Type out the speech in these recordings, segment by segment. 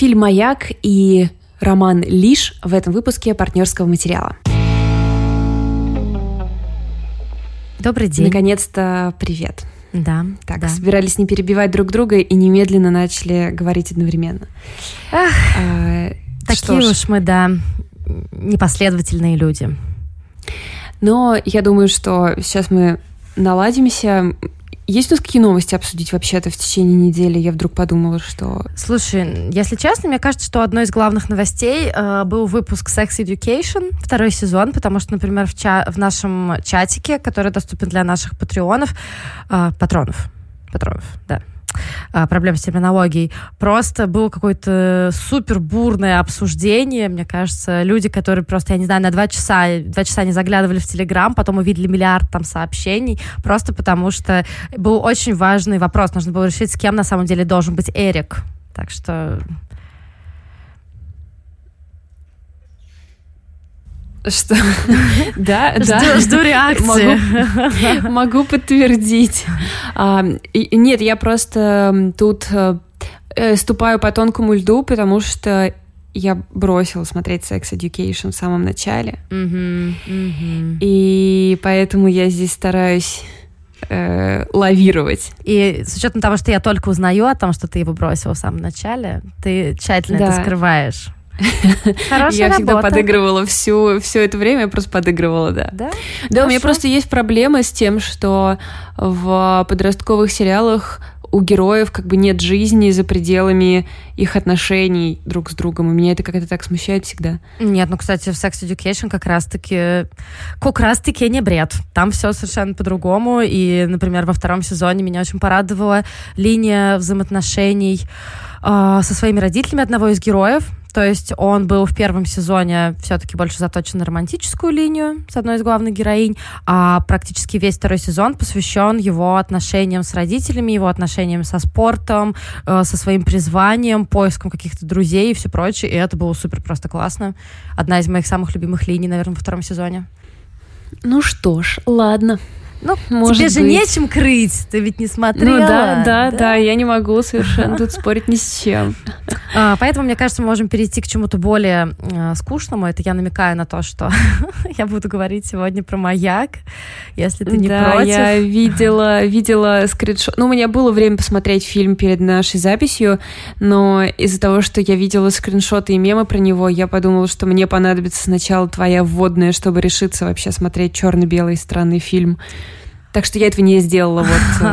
Фильм «Маяк» и роман «Лиш» в этом выпуске партнерского материала. Добрый день. Наконец-то привет. Да. Так, собирались не перебивать друг друга и немедленно начали говорить одновременно. Такие уж мы, непоследовательные люди. Но я думаю, что сейчас мы наладимся. Есть у нас какие новости обсудить вообще-то в течение недели? Я вдруг подумала, что... Слушай, если честно, мне кажется, что одной из главных новостей был выпуск Sex Education, 2 сезон, потому что, например, в нашем чатике, который доступен для наших патронов, проблем с терминологией, просто было какое-то супер бурное обсуждение. Мне кажется, люди, которые просто, я не знаю, на 2 часа не заглядывали в Телеграм, потом увидели миллиард там сообщений, просто потому что был очень важный вопрос. Нужно было решить, с кем на самом деле должен быть Эрик. Так что... Что? Да. Жду реакции. Могу подтвердить. Нет, я просто тут ступаю по тонкому льду, потому что я бросила смотреть Sex Education в самом начале. И поэтому я здесь стараюсь лавировать. И с учетом того, что я только узнаю о том, что ты его бросила в самом начале, ты тщательно это скрываешь. Хорошая я работа. всегда подыгрывала все это время, я просто подыгрывала, да. Да, у меня просто есть проблема с тем, что в подростковых сериалах у героев как бы нет жизни за пределами их отношений друг с другом, и меня это как-то так смущает всегда. Нет, кстати, в Sex Education как раз-таки не бред. Там все совершенно по-другому, и, например, во 2 сезоне меня очень порадовала линия взаимоотношений со своими родителями одного из героев. То есть он был в 1 сезоне все-таки больше заточен на романтическую линию с одной из главных героинь, а практически весь 2 сезон посвящен его отношениям с родителями, его отношениям со спортом, со своим призванием, поиском каких-то друзей и все прочее. И это было супер просто классно. Одна из моих самых любимых линий, наверное, во 2 сезоне. Ну что ж, ладно. Может тебе же нечем крыть, ты ведь не смотрела. Да, я не могу совершенно тут спорить ни с чем. Поэтому, мне кажется, мы можем перейти к чему-то более скучному. Это я намекаю на то, что я буду говорить сегодня про «Маяк», если ты не против. Да, я видела скриншот. У меня было время посмотреть фильм перед нашей записью, но из-за того, что я видела скриншоты и мемы про него, я подумала, что мне понадобится сначала твоя вводная, чтобы решиться вообще смотреть черно-белый странный фильм. Так что я этого не сделала.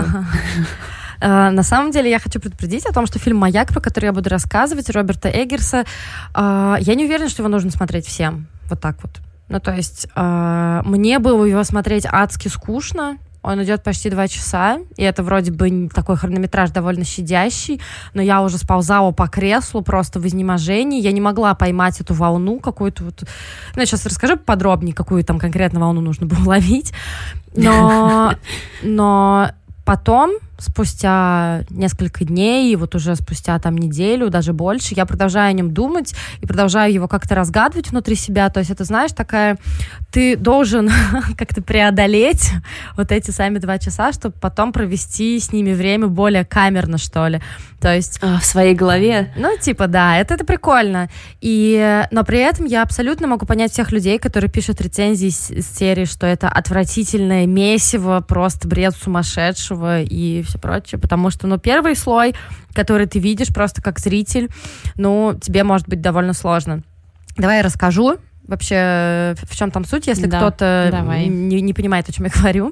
На самом деле я хочу предупредить о том, что фильм «Маяк», про который я буду рассказывать, Роберта Эггерса, я не уверена, что его нужно смотреть всем. Вот так вот. То есть мне было его смотреть адски скучно. Он идет почти 2 часа, и это вроде бы такой хронометраж довольно щадящий, но я уже сползала по креслу просто в изнеможении. Я не могла поймать эту волну какую-то вот... я сейчас расскажу подробнее, какую там конкретно волну нужно было ловить. Но потом, спустя несколько дней, и вот уже спустя там неделю, даже больше, я продолжаю о нем думать и продолжаю его как-то разгадывать внутри себя. То есть это, знаешь, ты должен как-то преодолеть вот эти сами 2 часа, чтобы потом провести с ними время более камерно, что ли. То есть... в своей голове? Да, это прикольно. Но при этом я абсолютно могу понять всех людей, которые пишут рецензии из серии, что это отвратительное месиво, просто бред сумасшедшего и все прочее, потому что, первый слой, который ты видишь просто как зритель, тебе может быть довольно сложно. Давай я расскажу вообще, в чем там суть, если кто-то не понимает, о чем я говорю.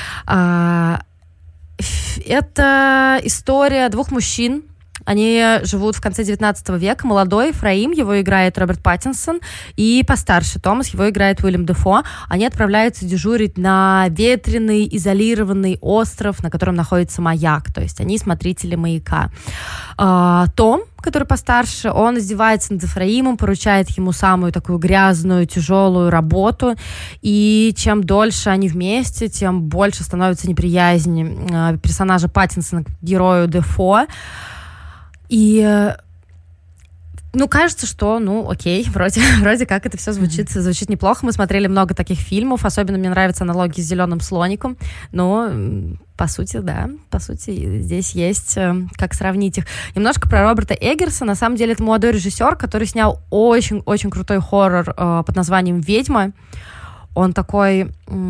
Это история 2 мужчин. Они живут в конце 19 века. Молодой Фраим, его играет Роберт Паттинсон, и постарше Томас, его играет Уильям Дефо. Они отправляются дежурить на ветреный, изолированный остров, на котором находится маяк. То есть они смотрители маяка. Том, который постарше, он издевается над Ефраимом, поручает ему самую такую грязную, тяжелую работу, и чем дольше они вместе, тем больше становится неприязнь персонажа Паттинсона к герою Дефо. И Ну, кажется, что, окей, вроде как это все звучит неплохо. Мы смотрели много таких фильмов, особенно мне нравятся аналогии с «Зеленым слоником», но, по сути, здесь есть как сравнить их. Немножко про Роберта Эггерса. На самом деле, это молодой режиссер, который снял очень-очень крутой хоррор под названием «Ведьма». Он такой...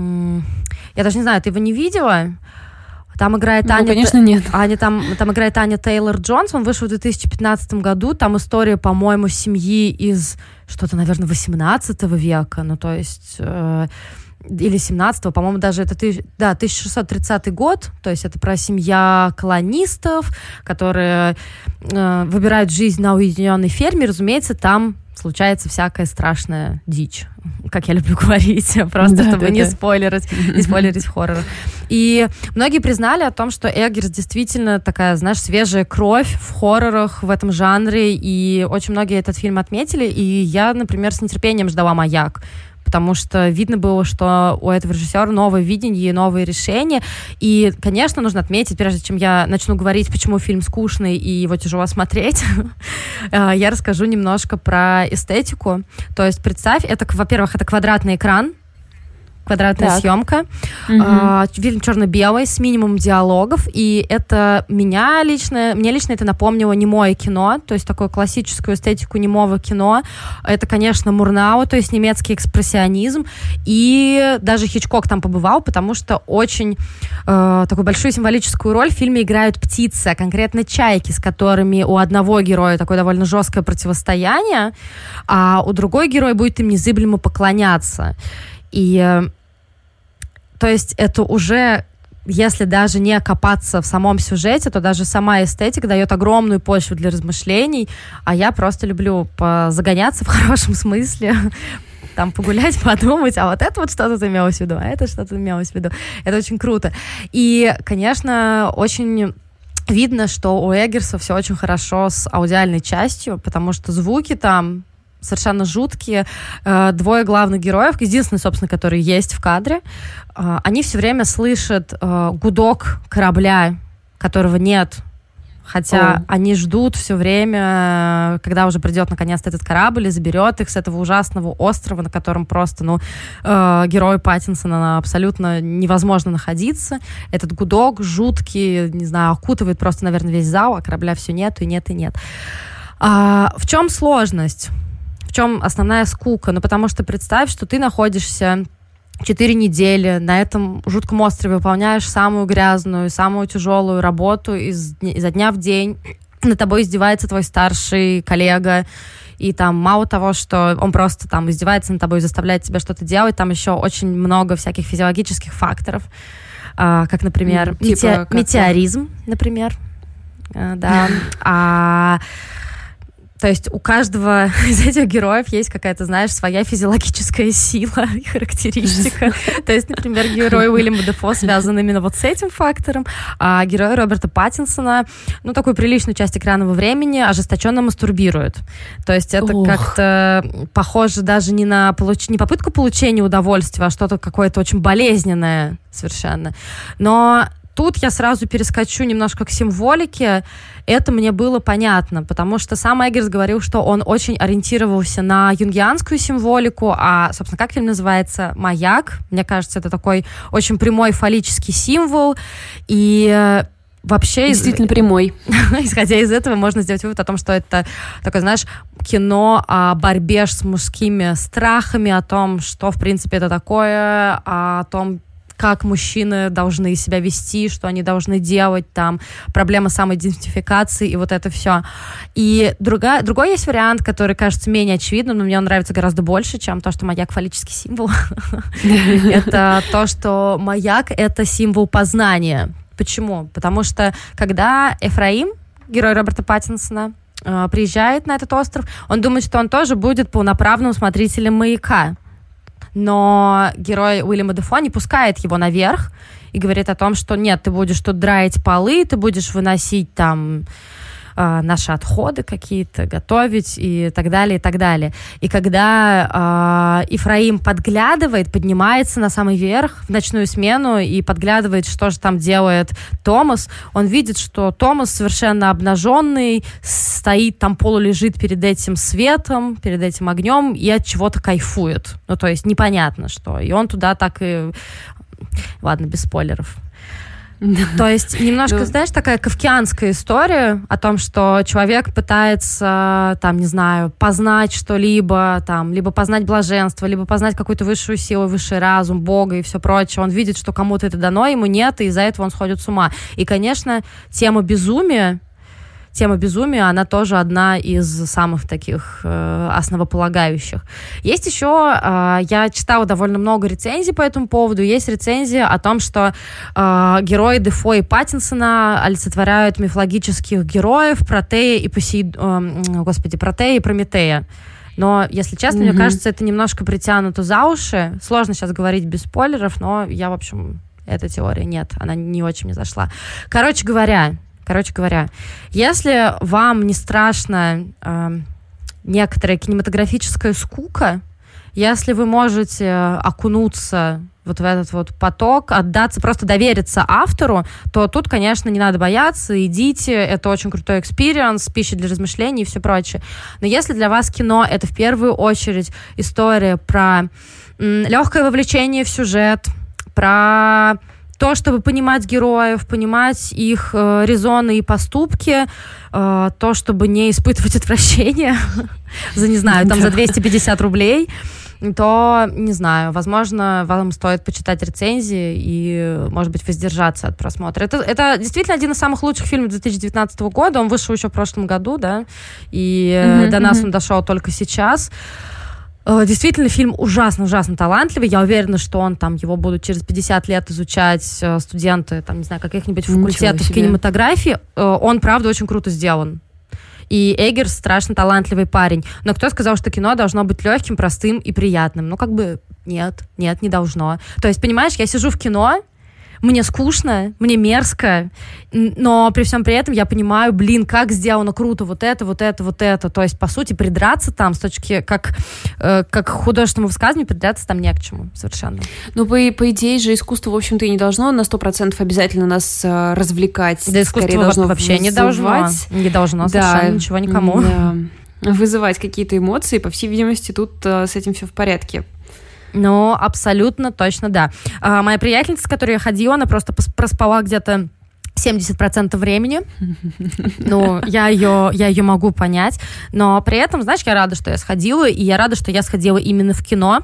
Я даже не знаю, ты его не видела? Там играет Аня... конечно, нет. Там играет Аня Тейлор-Джонс. Он вышел в 2015 году. Там история, по-моему, семьи из что-то, наверное, 18 века. Ну, то есть... или 17-го, по-моему, даже это 1630 год, то есть это про семья колонистов, которые выбирают жизнь на уединенной ферме, разумеется, там случается всякая страшная дичь, как я люблю говорить, просто чтобы не спойлерить хоррор. И многие признали о том, что Эггерс действительно такая, знаешь, свежая кровь в хоррорах в этом жанре, и очень многие этот фильм отметили, и я, например, с нетерпением ждала «Маяк», потому что видно было, что у этого режиссера новое видение и новые решения. И, конечно, нужно отметить, прежде чем я начну говорить, почему фильм скучный и его тяжело смотреть, я расскажу немножко про эстетику. То есть, представь, во-первых, это квадратный экран, квадратная съемка. Фильм черно-белый, с минимумом диалогов, и это мне лично это напомнило немое кино, то есть такую классическую эстетику немого кино. Это, конечно, Мурнау, то есть немецкий экспрессионизм, и даже Хичкок там побывал, потому что очень такую большую символическую роль в фильме играют птицы, а конкретно чайки, с которыми у одного героя такое довольно жесткое противостояние, а у другой героя будет им незыблемо поклоняться. И, то есть, это уже, если даже не копаться в самом сюжете, то даже сама эстетика дает огромную почву для размышлений, а я просто люблю загоняться в хорошем смысле, там погулять, подумать, а вот это вот что-то имелось в виду, а это что-то имелось в виду. Это очень круто. И, конечно, очень... видно, что у Эггерса все очень хорошо с аудиальной частью, потому что звуки там совершенно жуткие. Двое главных героев, единственные, собственно, которые есть в кадре, они все время слышат гудок корабля, которого нет. Хотя они ждут все время, когда уже придет наконец-то этот корабль и заберет их с этого ужасного острова, на котором просто, герою Паттинсона абсолютно невозможно находиться. Этот гудок жуткий, не знаю, окутывает просто, наверное, весь зал, а корабля все нет, и нет, и нет. В чем сложность? В чем основная скука? Потому что представь, что ты находишься 4 недели на этом жутком острове, выполняешь самую грязную, самую тяжелую работу изо дня в день. Над тобой издевается твой старший коллега, и там мало того, что он просто там издевается над тобой и заставляет тебя что-то делать, там еще очень много всяких физиологических факторов, как, например, метеоризм, например. Да. То есть у каждого из этих героев есть какая-то, знаешь, своя физиологическая сила и характеристика. То есть, например, герой Уильяма Дефо связан именно вот с этим фактором, а герой Роберта Паттинсона, такую приличную часть экранного времени ожесточенно мастурбирует. То есть это как-то похоже даже не на не попытку получения удовольствия, а что-то какое-то очень болезненное совершенно. Но тут я сразу перескочу немножко к символике. Это мне было понятно, потому что сам Эггерс говорил, что он очень ориентировался на юнгианскую символику, а, собственно, как фильм называется? «Маяк». Мне кажется, это такой очень прямой фаллический символ, и вообще... Действительно прямой. Исходя из этого, можно сделать вывод о том, что это такое, знаешь, кино о борьбе с мужскими страхами, о том, что, в принципе, это такое, о том, как мужчины должны себя вести, что они должны делать, там, проблема самоидентификации и вот это все. И другой есть вариант, который кажется менее очевидным, но мне он нравится гораздо больше, чем то, что маяк — фаллический символ. Это то, что маяк — это символ познания. Почему? Потому что когда Эфраим, герой Роберта Паттинсона, приезжает на этот остров, он думает, что он тоже будет полноправным смотрителем маяка. Но герой Уильяма Дефо не пускает его наверх и говорит о том, что нет, ты будешь тут драить полы, ты будешь выносить там наши отходы какие-то готовить и так далее, и так далее. И когда Ифраим подглядывает, поднимается на самый верх в ночную смену и подглядывает, что же там делает Томас, он видит, что Томас совершенно обнаженный, стоит там, полулежит перед этим светом, перед этим огнем и от чего-то кайфует. Ну, то есть непонятно что. И он туда так и... Ладно, без спойлеров. То есть немножко, знаешь, такая кафкианская история о том, что человек пытается, там, не знаю, познать что-либо, там, либо познать блаженство, либо познать какую-то высшую силу, высший разум, Бога и все прочее. Он видит, что кому-то это дано, ему нет, и из-за этого он сходит с ума. И, конечно, тема безумия, она тоже одна из самых таких основополагающих. Есть еще, я читала довольно много рецензий по этому поводу, есть рецензия о том, что герои Дефо и Паттинсона олицетворяют мифологических героев Протея и Протея и Прометея. Но, если честно, мне кажется, это немножко притянуто за уши. Сложно сейчас говорить без спойлеров, но я, в общем, эта теория нет, она не очень мне зашла. Короче говоря, если вам не страшна некоторая кинематографическая скука, если вы можете окунуться вот в этот вот поток, отдаться, просто довериться автору, то тут, конечно, не надо бояться, идите, это очень крутой экспириенс, пища для размышлений и все прочее. Но если для вас кино — это в первую очередь история про легкое вовлечение в сюжет, про то, чтобы понимать героев, понимать их резоны и поступки, то, чтобы не испытывать отвращение за, не знаю, там за 250 рублей, то, не знаю, возможно, вам стоит почитать рецензии и, может быть, воздержаться от просмотра. Это действительно один из самых лучших фильмов 2019 года. Он вышел еще в прошлом году, да, и до нас он дошел только сейчас. Действительно, фильм ужасно-ужасно талантливый. Я уверена, что его будут через 50 лет изучать студенты, там, не знаю, каких-нибудь факультетов кинематографии. Он, правда, очень круто сделан. И Эггерс страшно талантливый парень. Но кто сказал, что кино должно быть легким, простым и приятным? Ну, нет, не должно. То есть, понимаешь, я сижу в кино, мне скучно, мне мерзко, но при всем при этом я понимаю, как сделано круто вот это. То есть, по сути, придраться там с точки, как художественному высказыванию, придраться там не к чему совершенно. Ну, по идее же, искусство, в общем-то, и не должно на 100% обязательно нас развлекать. Да, искусство должно вообще не должно совершенно ничего никому. Да, вызывать какие-то эмоции, по всей видимости, тут с этим все в порядке. Ну, абсолютно точно, да. Моя приятельница, с которой я ходила, она просто проспала где-то 70% времени. Ну, я ее могу понять. Но при этом, знаешь, я рада, что я сходила, и я рада, что я сходила именно в кино,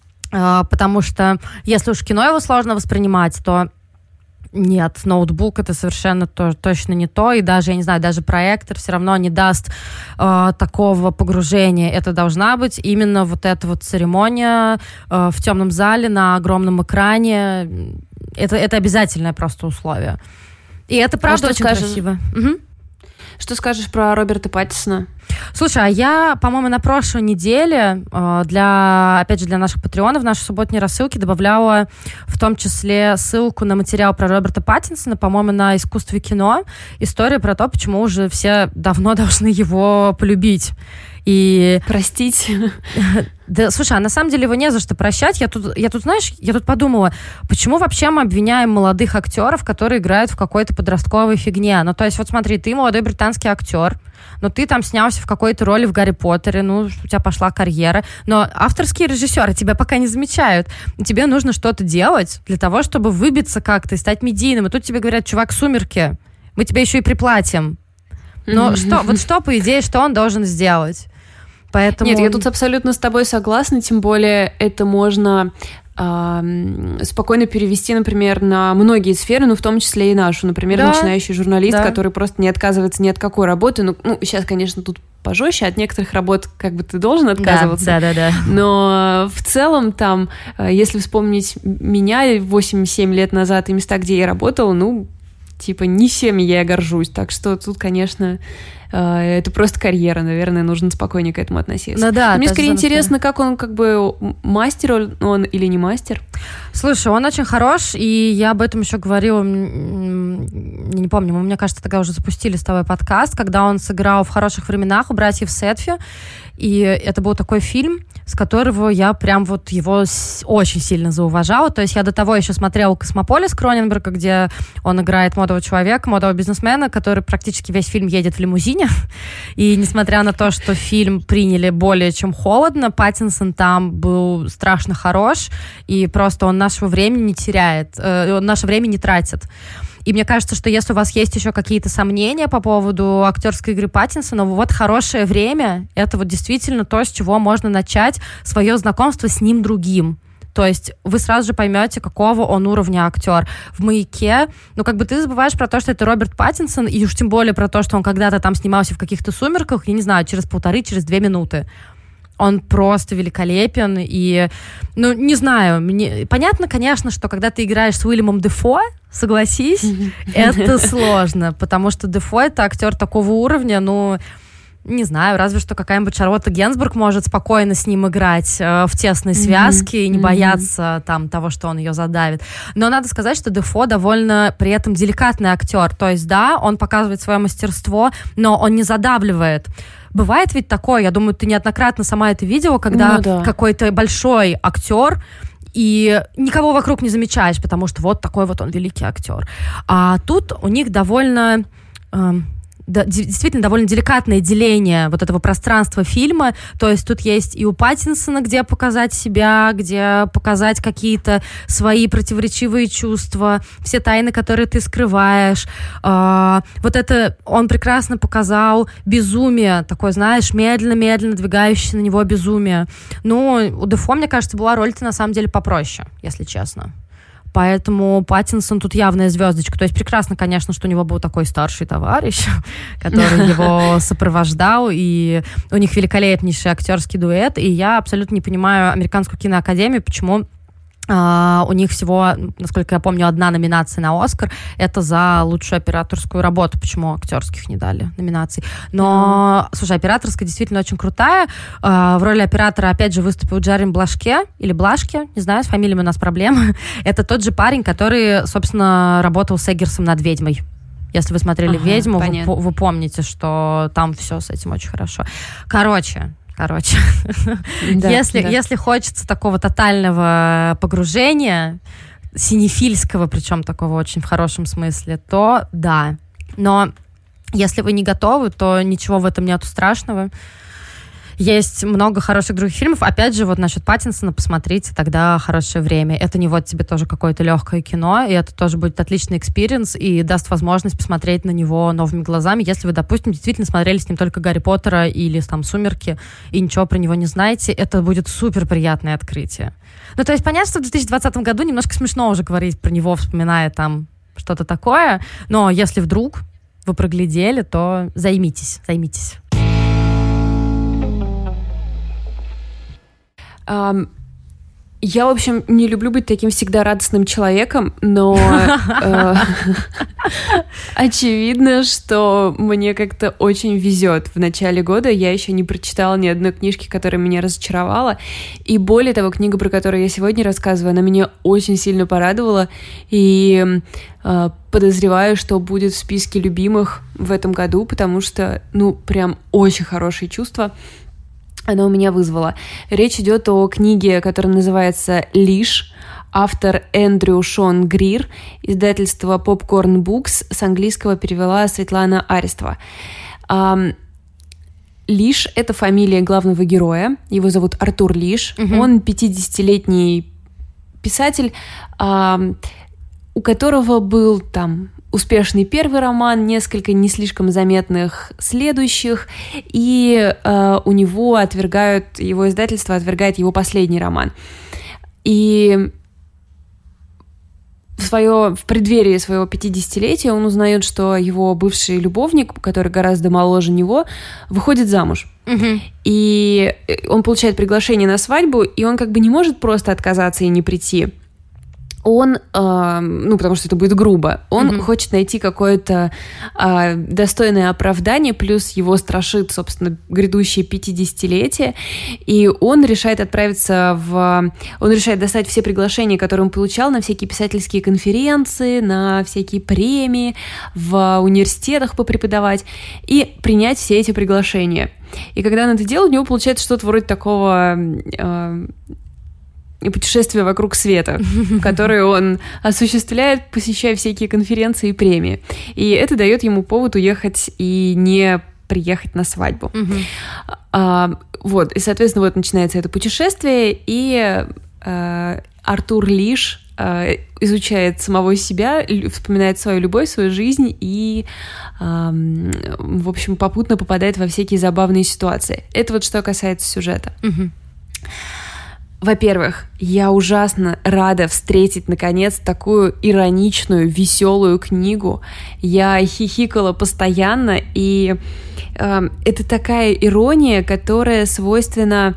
потому что если уж кино его сложно воспринимать, то нет, ноутбук — это совершенно точно не то, и даже, я не знаю, даже проектор все равно не даст такого погружения. Это должна быть именно вот эта вот церемония в темном зале на огромном экране. Это обязательное просто условие. И это правда очень красиво. Что скажешь про Роберта Паттинсона? Слушай, а я, по-моему, на прошлой неделе для наших патреонов в нашей субботней рассылке добавляла в том числе ссылку на материал про Роберта Паттинсона, по-моему, на «Искусстве кино». История про то, почему уже все давно должны его полюбить. И... Простить. Да, слушай, а на самом деле его не за что прощать. Я тут подумала, почему вообще мы обвиняем молодых актеров, которые играют в какой-то подростковой фигне? Ну, то есть, вот смотри, ты молодой британский актер, но ты там снялся в какой-то роли в «Гарри Поттере», ну, у тебя пошла карьера, но авторские режиссеры тебя пока не замечают. Тебе нужно что-то делать для того, чтобы выбиться как-то и стать медийным. И тут тебе говорят: чувак, «Сумерки», мы тебе еще и приплатим. Но что, по идее, что он должен сделать? Поэтому... Нет, я тут абсолютно с тобой согласна, тем более это можно спокойно перевести, например, на многие сферы, ну, в том числе и нашу. Например, начинающий журналист, который просто не отказывается ни от какой работы. Ну, сейчас, конечно, тут пожестче, от некоторых работ как бы ты должен отказываться. Да. Но в целом там, если вспомнить меня 8-7 лет назад и места, где я работала, ну, типа, не всеми я горжусь. Так что тут, конечно, это просто карьера, наверное, нужно спокойнее к этому относиться. Ну, да, мне скорее интересно, как он как бы мастер он или не мастер. Слушай, он очень хорош, и я об этом еще говорила, не помню, мы, мне кажется, тогда уже запустили с тобой подкаст, когда он сыграл в «Хороших временах» у братьев Сетфи, и это был такой фильм, с которого я прям вот его очень сильно зауважала. То есть я до того еще смотрела «Космополис» Кроненберга, где он играет модного человека, модного бизнесмена, который практически весь фильм едет в лимузине. И несмотря на то, что фильм приняли более чем холодно, Паттинсон там был страшно хорош, и просто он нашего времени не теряет, он наше время не тратит. И мне кажется, что если у вас есть еще какие-то сомнения по поводу актерской игры Паттинсона, вот «Хорошее время» — это вот действительно то, с чего можно начать свое знакомство с ним другим. То есть вы сразу же поймете, какого он уровня актер. В «Маяке», ну, как бы ты забываешь про то, что это Роберт Паттинсон, и уж тем более про то, что он когда-то там снимался в каких-то «Сумерках», я не знаю, через 2 минуты. Он просто великолепен, и, ну, не знаю, мне понятно, конечно, что когда ты играешь с Уильямом Дефо, согласись, это сложно, потому что Дефо — это актер такого уровня, ну, не знаю, разве что какая-нибудь Шарлотта Генсбург может спокойно с ним играть в тесной связке и не бояться там того, что он ее задавит. Но надо сказать, что Дефо довольно при этом деликатный актер, то есть, да, он показывает свое мастерство, но он не задавливает. Бывает ведь такое, я думаю, ты неоднократно сама это видела, когда какой-то большой актер, и никого вокруг не замечаешь, потому что вот такой вот он великий актер. А тут у них довольно... действительно довольно деликатное деление вот этого пространства фильма, то есть тут есть и у Паттинсона, где показать себя, где показать какие-то свои противоречивые чувства, все тайны, которые ты скрываешь. Вот это он прекрасно показал безумие, такое, знаешь, медленно-медленно двигающееся на него безумие. Ну, у Дефо, мне кажется, была роль-то на самом деле попроще, если честно. Поэтому Паттинсон тут явная звездочка. То есть прекрасно, конечно, что у него был такой старший товарищ, который его сопровождал, и у них великолепнейший актерский дуэт, и я абсолютно не понимаю Американскую киноакадемию, почему у них всего, насколько я помню, 1 номинация на «Оскар». Это за лучшую операторскую работу. Почему актерских не дали номинаций? Но, слушай, операторская действительно очень крутая. В роли оператора, опять же, выступил Джереми Блашке, или Блашке, не знаю, с фамилиями у нас проблемы. Это тот же парень, который, собственно, работал с Эггерсом над «Ведьмой». Если вы смотрели «Ведьму», вы помните, что там все с этим очень хорошо. Короче, если хочется такого тотального погружения, синефильского, причем такого очень в хорошем смысле, то да. Но если вы не готовы, то ничего в этом нету страшного. Есть много хороших других фильмов. Опять же, вот насчет Паттинсона посмотрите тогда «Хорошее время». Это не вот тебе тоже какое-то легкое кино, и это тоже будет отличный экспириенс и даст возможность посмотреть на него новыми глазами, если вы, допустим, действительно смотрели с ним только «Гарри Поттера» или там «Сумерки» и ничего про него не знаете. Это будет супер приятное открытие. Ну, то есть понятно, что в 2020 году немножко смешно уже говорить про него, вспоминая там что-то такое, но если вдруг вы проглядели, то займитесь. Я, в общем, не люблю быть таким всегда радостным человеком, но очевидно, что мне как-то очень везет. В начале года я еще не прочитала ни одной книжки, которая меня разочаровала. И более того, книга, про которую я сегодня рассказываю, она меня очень сильно порадовала. И подозреваю, что будет в списке любимых в этом году, потому что, ну, прям очень хорошие чувства она у меня вызвала. Речь идет о книге, которая называется «Лиш», автор Эндрю Шон Грир, издательство Popcorn Books, с английского перевела Светлана Арестова. Лиш — это фамилия главного героя, его зовут Артур Лиш, он 50-летний писатель, у которого был там успешный первый роман, несколько не слишком заметных следующих, и у него его издательство отвергает его последний роман. И в преддверии своего 50-летия он узнает, что его бывший любовник, который гораздо моложе него, выходит замуж. И он получает приглашение на свадьбу, и он как бы не может просто отказаться и не прийти. он, потому что это будет грубо, он хочет найти какое-то достойное оправдание, плюс его страшит, собственно, грядущее 50-летие, и он решает он решает достать все приглашения, которые он получал на всякие писательские конференции, на всякие премии, в университетах попреподавать, и принять все эти приглашения. И когда он это делает, у него получается что-то вроде такого... путешествие вокруг света, которое он осуществляет, посещая всякие конференции и премии. И это дает ему повод уехать и не приехать на свадьбу. И, соответственно, вот начинается это путешествие, и Артур Лиш изучает самого себя, вспоминает свою любовь, свою жизнь и, в общем, попутно попадает во всякие забавные ситуации. Это вот что касается сюжета. Во-первых, я ужасно рада встретить, наконец, такую ироничную, веселую книгу. Я хихикала постоянно, и это такая ирония, которая свойственна,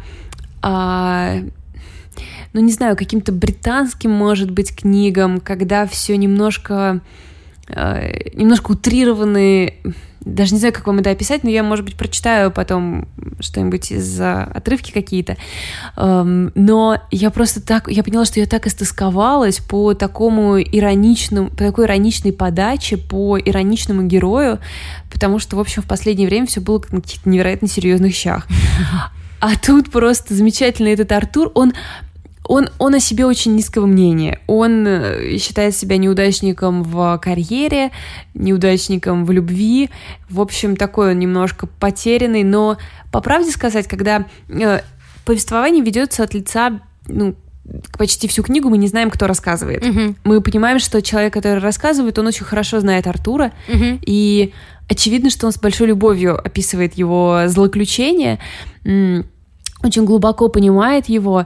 не знаю, каким-то британским, может быть, книгам, когда все немножко утрированные... Даже не знаю, как вам это описать, но я, может быть, прочитаю потом что-нибудь из отрывки какие-то. Но я поняла, что я так истосковалась по такой ироничной подаче, по ироничному герою, потому что, в общем, в последнее время все было на каких-то невероятно серьезных щах. А тут просто замечательный этот Артур, он о себе очень низкого мнения. Он считает себя неудачником в карьере, неудачником в любви. В общем, такой он немножко потерянный. Но, по правде сказать, когда повествование ведется от лица, почти всю книгу мы не знаем, кто рассказывает. Мы понимаем, что человек, который рассказывает, он очень хорошо знает Артура. И очевидно, что он с большой любовью описывает его злоключения, очень глубоко понимает его.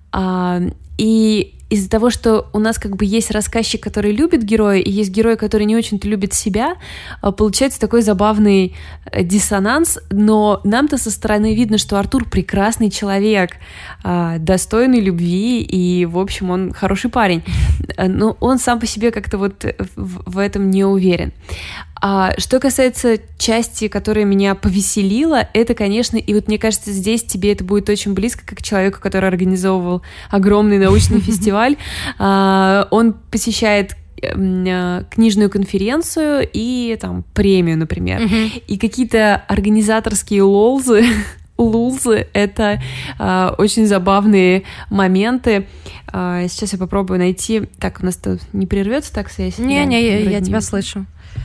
И из-за того, что у нас как бы есть рассказчик, который любит героя, и есть герой, который не очень-то любит себя, получается такой забавный диссонанс, но нам-то со стороны видно, что Артур прекрасный человек, достойный любви, и, в общем, он хороший парень. Но он сам по себе как-то вот в этом не уверен. А что касается части, которая меня повеселила, это, конечно, и вот мне кажется, здесь тебе это будет очень близко, как человеку, который организовывал огромный научный фестиваль. Он посещает книжную конференцию и там премию, например. И какие-то организаторские лулзы, это очень забавные моменты. Сейчас я попробую найти. Так, у нас тут не прервется так связь? Не, я тебя слышу.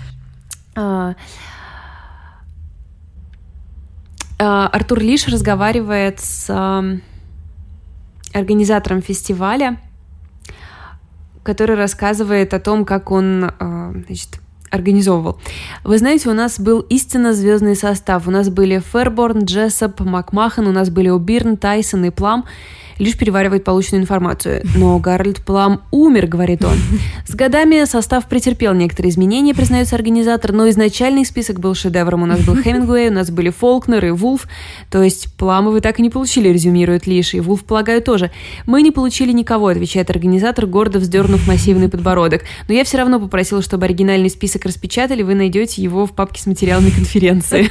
Артур Лиш разговаривает с организатором фестиваля, который рассказывает о том, как он, организовывал. Вы знаете, у нас был истинно звездный состав. У нас были Ферборн, Джессоп, Макмахан, у нас были О'Бирн, Тайсон и Плам. Лишь переваривает полученную информацию. Но Гарольд Плам умер, говорит он. С годами состав претерпел некоторые изменения, признается организатор, но изначальный список был шедевром. У нас был Хемингуэй, у нас были Фолкнер и Вулф. То есть Плама вы так и не получили, резюмирует Лиш, и Вулф, полагаю, тоже. Мы не получили никого, отвечает организатор, гордо вздернув массивный подбородок. Но я все равно попросила, чтобы оригинальный список распечатали, вы найдете его в папке с материалами конференции.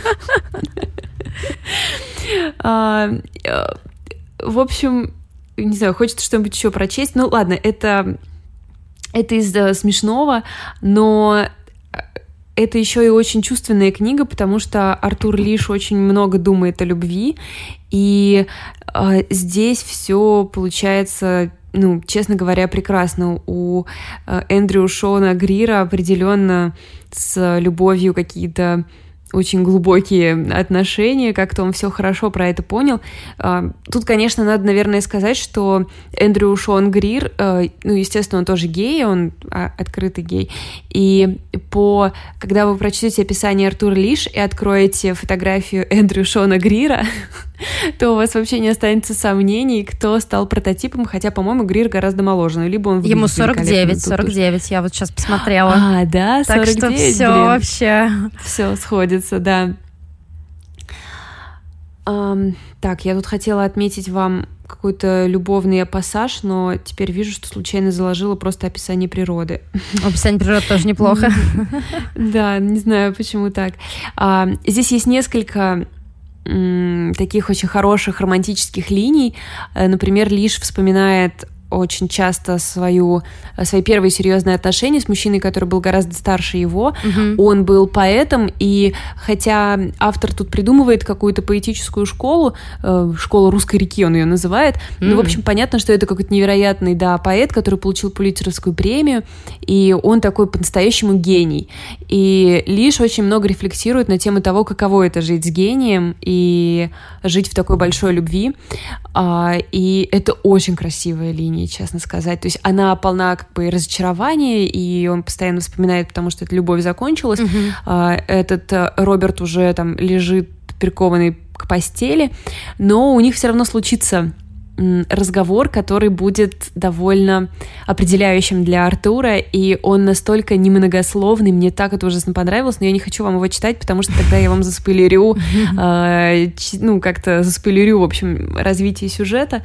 В общем, не знаю, хочется что-нибудь еще прочесть. Ну, ладно, это из смешного, но это еще и очень чувственная книга, потому что Артур Лиш очень много думает о любви, и здесь все получается, честно говоря, прекрасно. У Эндрю Шона Грира определенно с любовью какие-то очень глубокие отношения, как-то он все хорошо про это понял. Тут, конечно, надо, наверное, сказать, что Эндрю Шон Грир, естественно, он тоже гей, он открытый гей, и когда вы прочтете описание Артура Лиш и откроете фотографию Эндрю Шона Грира, то у вас вообще не останется сомнений, кто стал прототипом, хотя, по-моему, Грир гораздо моложе, либо он ему 49, я вот сейчас посмотрела. Да, 49, так что все вообще. Все сходится, да. Так, я тут хотела отметить вам какой-то любовный пассаж, но теперь вижу, что случайно заложила просто описание природы. Описание природы тоже неплохо. Да, не знаю, почему так. Здесь есть несколько таких очень хороших романтических линий. Например, Лиш вспоминает очень часто свои первые серьезные отношения с мужчиной, который был гораздо старше его. Он был поэтом, и хотя автор тут придумывает какую-то поэтическую школу, школу русской реки он ее называет, ну, в общем, понятно, что это какой-то невероятный, поэт, который получил Пулитцеровскую премию, и он такой по-настоящему гений. И Лиш очень много рефлексирует на тему того, каково это жить с гением и жить в такой большой любви. И это очень красивая линия, честно сказать. То есть она полна как бы разочарования, и он постоянно вспоминает, потому что эта любовь закончилась. Этот Роберт уже там лежит прикованный к постели, но у них все равно случится разговор, который будет довольно определяющим для Артура, и он настолько немногословный, мне так это ужасно понравилось, но я не хочу вам его читать, потому что тогда я вам заспойлерю, как-то заспойлерю, в общем, развитие сюжета,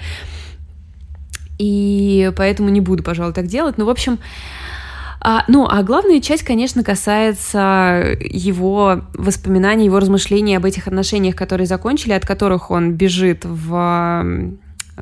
и поэтому не буду, пожалуй, так делать, но, в общем, а главная часть, конечно, касается его воспоминаний, его размышлений об этих отношениях, которые закончили, от которых он бежит в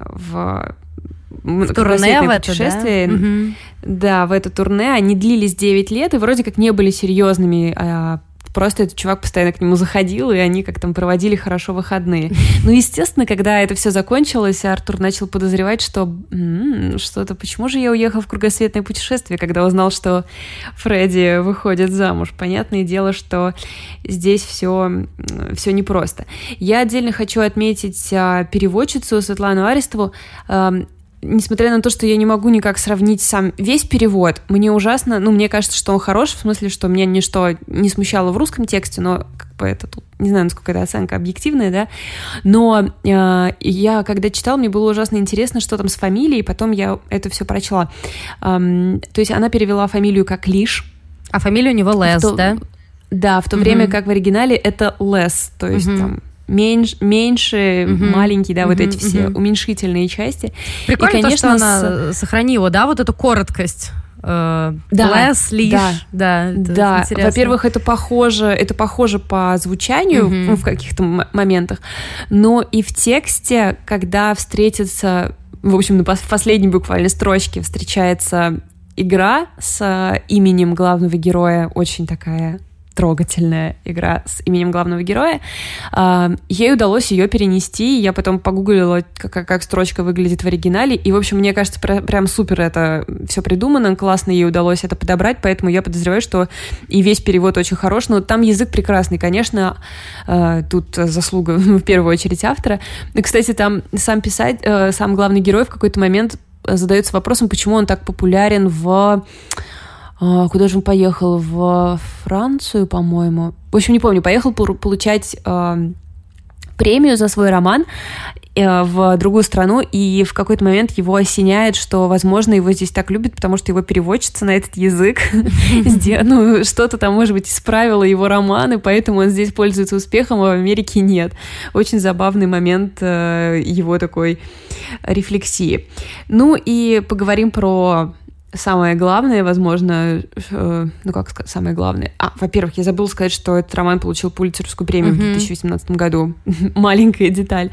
турне, в путешествие. Да, в это турне. Они длились 9 лет и вроде как не были серьезными. Просто этот чувак постоянно к нему заходил, и они как там проводили хорошо выходные. Ну, естественно, когда это все закончилось, Артур начал подозревать, что что-то, почему же я уехал в кругосветное путешествие, когда узнал, что Фредди выходит замуж. Понятное дело, что здесь все непросто. Я отдельно хочу отметить переводчицу Светлану Арестову. Несмотря на то, что я не могу никак сравнить сам весь перевод, мне ужасно, мне кажется, что он хорош, в смысле, что меня ничто не смущало в русском тексте, но как бы это тут, не знаю, насколько эта оценка объективная, да, но я, когда читала, мне было ужасно интересно, что там с фамилией, потом я это все прочла. То есть она перевела фамилию как Лиш. А фамилия у него Лес, да? Да, в то время как в оригинале это Лес, то есть там меньше, маленький, да, вот эти все уменьшительные части. Прикольно, и, конечно, то, что она сохранила, да, вот эту короткость. Лес, Лиш. Да. Во-первых, это похоже по звучанию в каких-то моментах, но и в тексте, когда встретится, в общем, на последней буквально строчке встречается игра с именем главного героя, очень такая трогательная игра с именем главного героя. Ей удалось ее перенести. Я потом погуглила, как строчка выглядит в оригинале. И, в общем, мне кажется, прям супер это все придумано. Классно ей удалось это подобрать, поэтому я подозреваю, что и весь перевод очень хорош. Но там язык прекрасный, конечно. Тут заслуга в первую очередь автора. И, кстати, там сам главный герой в какой-то момент задается вопросом, почему он так популярен куда же он поехал? В Францию, по-моему. В общем, не помню. Поехал получать премию за свой роман в другую страну, и в какой-то момент его осеняет, что, возможно, его здесь так любят, потому что его переводчица на этот язык что-то там, может быть, исправила его роман, и поэтому он здесь пользуется успехом, а в Америке нет. Очень забавный момент его такой рефлексии. Ну и поговорим про самое главное, возможно, самое главное. Во-первых, я забыла сказать, что этот роман получил Пулитцеровскую премию в 2018 году. Маленькая деталь.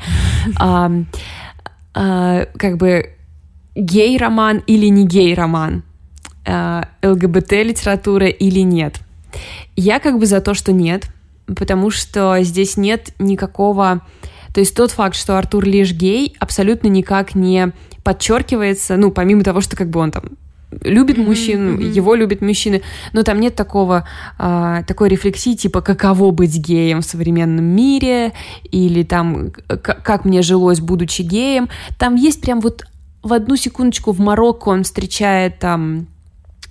Как бы гей-роман или не гей-роман? ЛГБТ-литература или нет? Я как бы за то, что нет, потому что здесь нет никакого... То есть тот факт, что Артур Лиш гей, абсолютно никак не подчеркивается, помимо того, что как бы он там любит мужчин, его любят мужчины, но там нет такой рефлексии, типа, каково быть геем в современном мире, или там, как мне жилось, будучи геем. Там есть прям вот в одну секундочку в Марокко он встречает там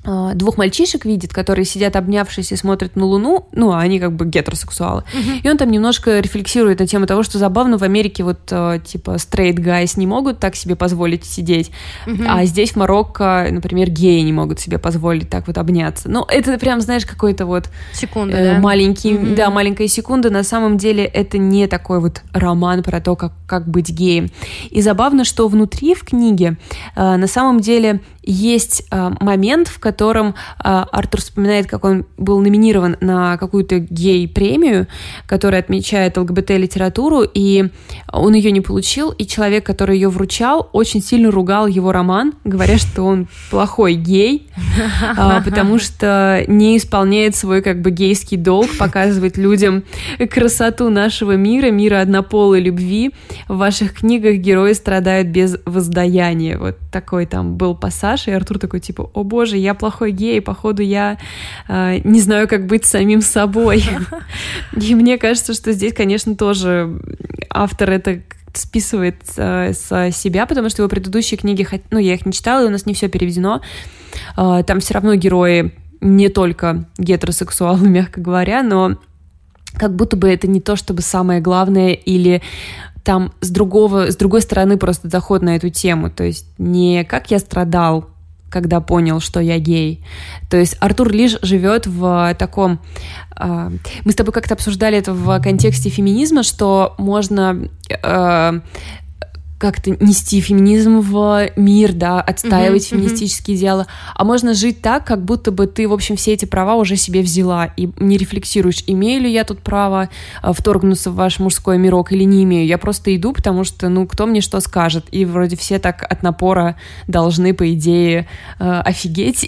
двух мальчишек видит, которые сидят обнявшись и смотрят на Луну, ну, они как бы гетеросексуалы. И он там немножко рефлексирует на тему того, что забавно, в Америке вот, типа, straight guys не могут так себе позволить сидеть, а здесь, в Марокко, например, геи не могут себе позволить так вот обняться. Ну, это прям, знаешь, какой-то вот... Секунда, да, маленькая секунда. На самом деле это не такой вот роман про то, как быть геем. И забавно, что внутри в книге на самом деле есть момент, в котором Артур вспоминает, как он был номинирован на какую-то гей-премию, которая отмечает ЛГБТ-литературу, и он ее не получил, и человек, который ее вручал, очень сильно ругал его роман, говоря, что он плохой гей, потому что не исполняет свой как бы гейский долг, показывать людям красоту нашего мира однополой любви. В ваших книгах герои страдают без воздаяния. Вот такой там был пассаж, и Артур такой, типа, о боже, я плохой гей, походу я не знаю, как быть самим собой. И мне кажется, что здесь, конечно, тоже автор это списывает с себя, потому что его предыдущие книги, ну, я их не читала, и у нас не все переведено, там все равно герои не только гетеросексуалы, мягко говоря, но как будто бы это не то, чтобы самое главное, или там с другой стороны просто заход на эту тему, то есть не как я страдал, когда понял, что я гей. То есть Артур лишь живет в таком... Мы с тобой как-то обсуждали это в контексте феминизма, что можно... как-то нести феминизм в мир, да, отстаивать феминистические идеалы, а можно жить так, как будто бы ты, в общем, все эти права уже себе взяла и не рефлексируешь, имею ли я тут право вторгнуться в ваш мужской мирок или не имею. Я просто иду, потому что, ну, кто мне что скажет, и вроде все так от напора должны, по идее, офигеть.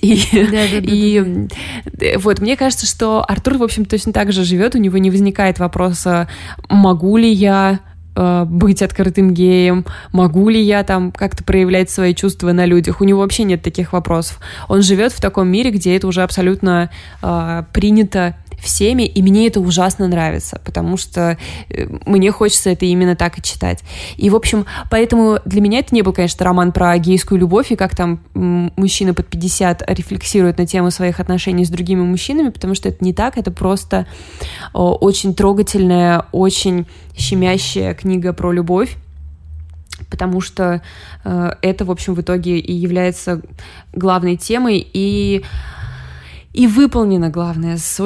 И вот, мне кажется, что Артур, в общем, точно так же живет, у него не возникает вопроса, могу ли я быть открытым геем, могу ли я там как-то проявлять свои чувства на людях. У него вообще нет таких вопросов. Он живет в таком мире, где это уже абсолютно принято всеми, и мне это ужасно нравится, потому что мне хочется это именно так и читать. И, в общем, поэтому для меня это не был, конечно, роман про гейскую любовь, и как там мужчина под 50 рефлексирует на тему своих отношений с другими мужчинами, потому что это не так, это просто очень трогательная, очень щемящая книга про любовь, потому что это, в общем, в итоге и является главной темой, и выполнено, главное, с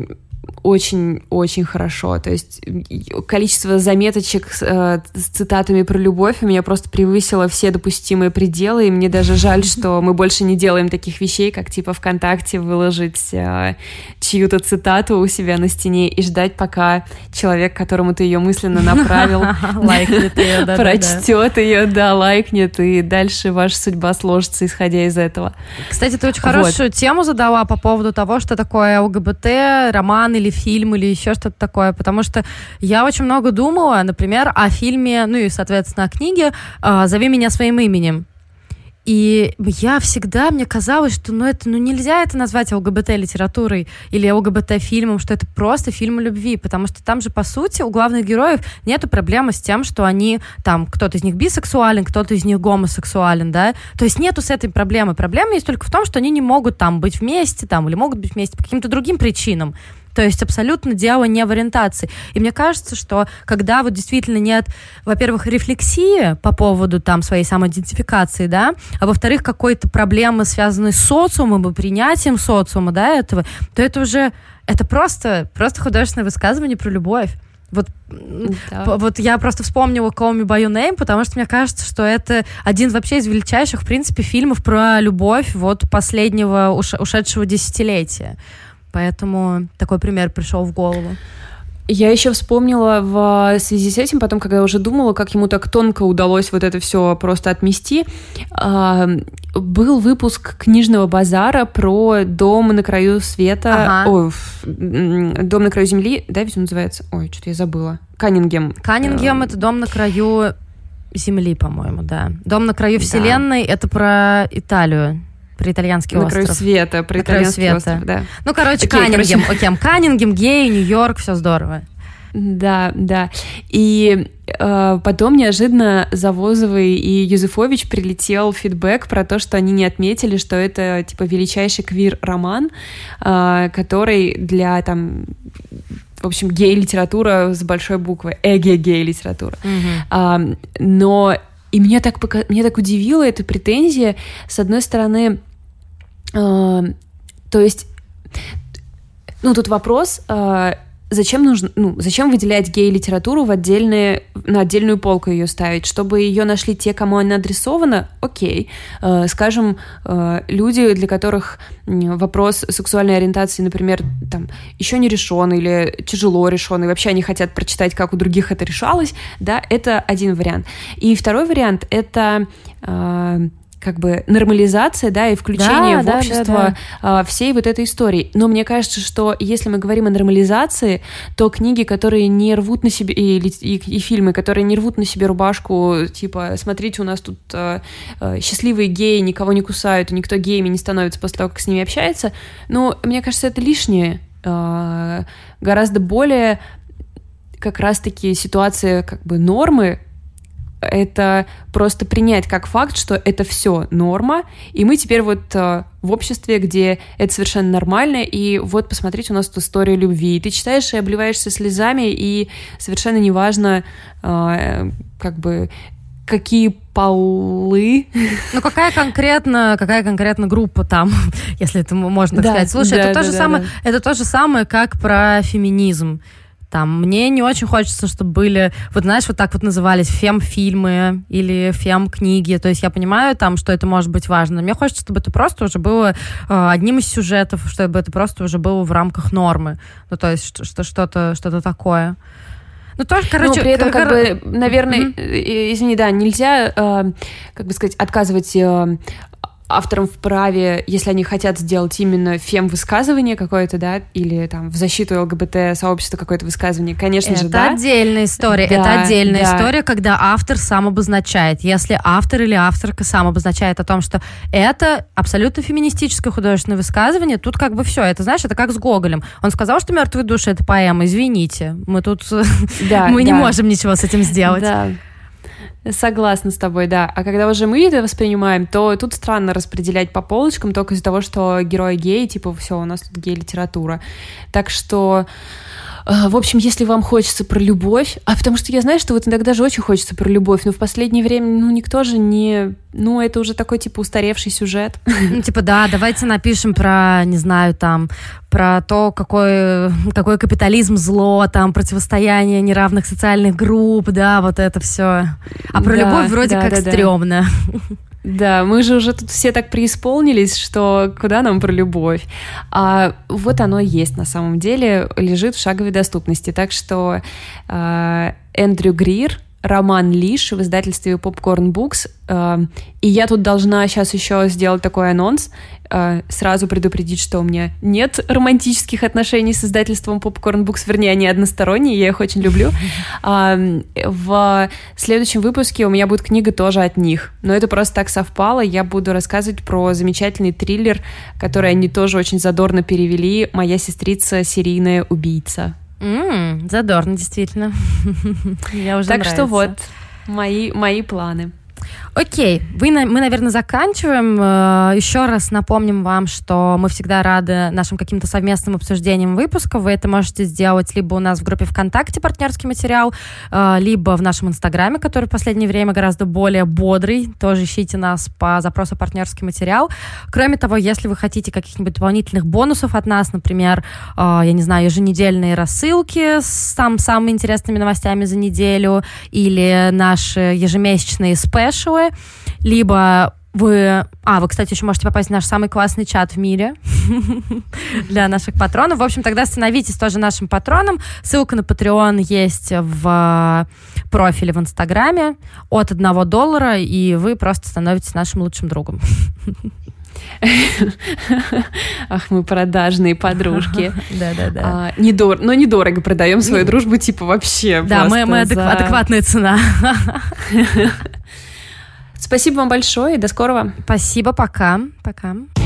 очень-очень хорошо. То есть количество заметочек с цитатами про любовь у меня просто превысило все допустимые пределы, и мне даже жаль, что мы больше не делаем таких вещей, как типа ВКонтакте выложить чью-то цитату у себя на стене и ждать, пока человек, которому ты ее мысленно направил, прочтет ее, да, лайкнет, и дальше ваша судьба сложится, исходя из этого. Кстати, ты очень хорошую тему задала по поводу того, что такое ЛГБТ, роман или фильм, или еще что-то такое, потому что я очень много думала, например, о фильме, ну и, соответственно, о книге «Зови меня своим именем». И мне казалось, что нельзя это назвать ЛГБТ-литературой или ЛГБТ-фильмом, что это просто фильм о любви, потому что там же, по сути, у главных героев нету проблемы с тем, что они, там, кто-то из них бисексуален, кто-то из них гомосексуален, да, то есть нету с этой проблемы. Проблема есть только в том, что они не могут там быть вместе, там, или могут быть вместе по каким-то другим причинам. То есть абсолютно дело не в ориентации. И мне кажется, что когда вот действительно нет, во-первых, рефлексии по поводу там своей самоидентификации, да, а во-вторых, какой-то проблемы, связанной с социумом и принятием социума, да, этого, то это просто художественное высказывание про любовь. Вот я просто вспомнила Call Me By Your Name, потому что мне кажется, что это один вообще из величайших, в принципе, фильмов про любовь вот последнего ушедшего десятилетия. Поэтому такой пример пришел в голову. Я еще вспомнила в связи с этим, потом, когда я уже думала, как ему так тонко удалось вот это все просто отмести, был выпуск книжного базара про «Дом на краю света», «Дом на краю земли», да, ведь он называется? Ой, что-то я забыла. Каннингем. Каннингем — это «Дом на краю земли», по-моему, да. «Дом на краю вселенной» — это про Италию. Про итальянский остров. На краю света, про итальянский остров, да. Ну, короче, Каннингем. Каннингем, гей, Нью-Йорк, все здорово. Да. И потом неожиданно Завозовой и Юзефович прилетел фидбэк про то, что они не отметили, что это, типа, величайший квир-роман, который для, там, в общем, гей-литература с большой буквы, гей-литература. Но и меня так удивила эта претензия, с одной стороны, то есть, тут вопрос, зачем выделять гей-литературу на отдельную полку ее ставить, чтобы ее нашли те, кому она адресована? Окей. Скажем, люди, для которых вопрос сексуальной ориентации, например, там, еще не решен или тяжело решен, и вообще они хотят прочитать, как у других это решалось, да, это один вариант. И второй вариант — это как бы нормализация, да, и включение в общество всей вот этой истории. Но мне кажется, что если мы говорим о нормализации, то книги, которые не рвут на себе, и фильмы, которые не рвут на себе рубашку, типа, смотрите, у нас тут счастливые геи, никого не кусают, и никто геями не становится после того, как с ними общается, мне кажется, это лишнее. Гораздо более как раз-таки ситуация как бы нормы, это просто принять как факт, что это все норма, и мы теперь вот в обществе, где это совершенно нормально, и вот, посмотрите, у нас тут история любви, и ты читаешь и обливаешься слезами, и совершенно неважно, как бы, какие полы. Какая конкретно группа там, если это можно так сказать. Слушай, это то же самое, как про феминизм. Там, мне не очень хочется, чтобы были, вот знаешь, вот так вот назывались фем-фильмы или фем-книги, то есть я понимаю там, что это может быть важно, но мне хочется, чтобы это просто уже было одним из сюжетов, чтобы это просто уже было в рамках нормы, то есть что-то такое. Тоже, короче... при этом, как бы, наверное, извини, да, нельзя, как бы сказать, отказывать авторам в праве, если они хотят сделать именно фем-высказывание какое-то, да, или там в защиту ЛГБТ-сообщества какое-то высказывание, конечно же, да. Это отдельная история. Это отдельная история, когда автор сам обозначает. Если автор или авторка сам обозначает о том, что это абсолютно феминистическое художественное высказывание, тут как бы все. Это, знаешь, это как с Гоголем. Он сказал, что «Мертвые души» — это поэма. Извините, мы тут мы не можем ничего с этим сделать. Да. Согласна с тобой, да. А когда уже мы это воспринимаем, то тут странно распределять по полочкам только из-за того, что герой гей, типа, все, у нас тут гей-литература. Так что, в общем, если вам хочется про любовь, потому что я знаю, что вот иногда же очень хочется про любовь, но в последнее время, никто же не... это уже такой, типа, устаревший сюжет. Да, давайте напишем про, не знаю, там, про то, какой капитализм зло, там, противостояние неравных социальных групп, да, вот это все. А про любовь вроде как стрёмно. Да, мы же уже тут все так преисполнились, что куда нам про любовь? А вот оно есть на самом деле, лежит в шаговой доступности. Так что Эндрю Грир, роман «Лиш» в издательстве Popcorn Books. И я тут должна сейчас еще сделать такой анонс, сразу предупредить, что у меня нет романтических отношений с издательством Popcorn Books, вернее, они односторонние, я их очень люблю. В следующем выпуске у меня будет книга тоже от них, но это просто так совпало. Я буду рассказывать про замечательный триллер, который они тоже очень задорно перевели, «Моя сестрица серийная убийца». Задорно, действительно. Я уже так нравится. Что вот мои планы. Окей, мы, наверное, заканчиваем. Еще раз напомним вам, что мы всегда рады нашим каким-то совместным обсуждениям выпусков. Вы это можете сделать либо у нас в группе ВКонтакте «Партнерский материал», либо в нашем Инстаграме, который в последнее время гораздо более бодрый. Тоже ищите нас по запросу «Партнерский материал». Кроме того, если вы хотите каких-нибудь дополнительных бонусов от нас, например, я не знаю, еженедельные рассылки с самыми интересными новостями за неделю или наши ежемесячные спешалы, либо вы, кстати, еще можете попасть в наш самый классный чат в мире для наших патронов. В общем, тогда становитесь тоже нашим патроном. Ссылка на Patreon есть в профиле в Инстаграме от $1, и вы просто становитесь нашим лучшим другом. Ах, мы продажные подружки. Да. Но недорого продаем свою дружбу, типа вообще. Да, мы адекватная цена. Спасибо вам большое и до скорого. Спасибо, пока.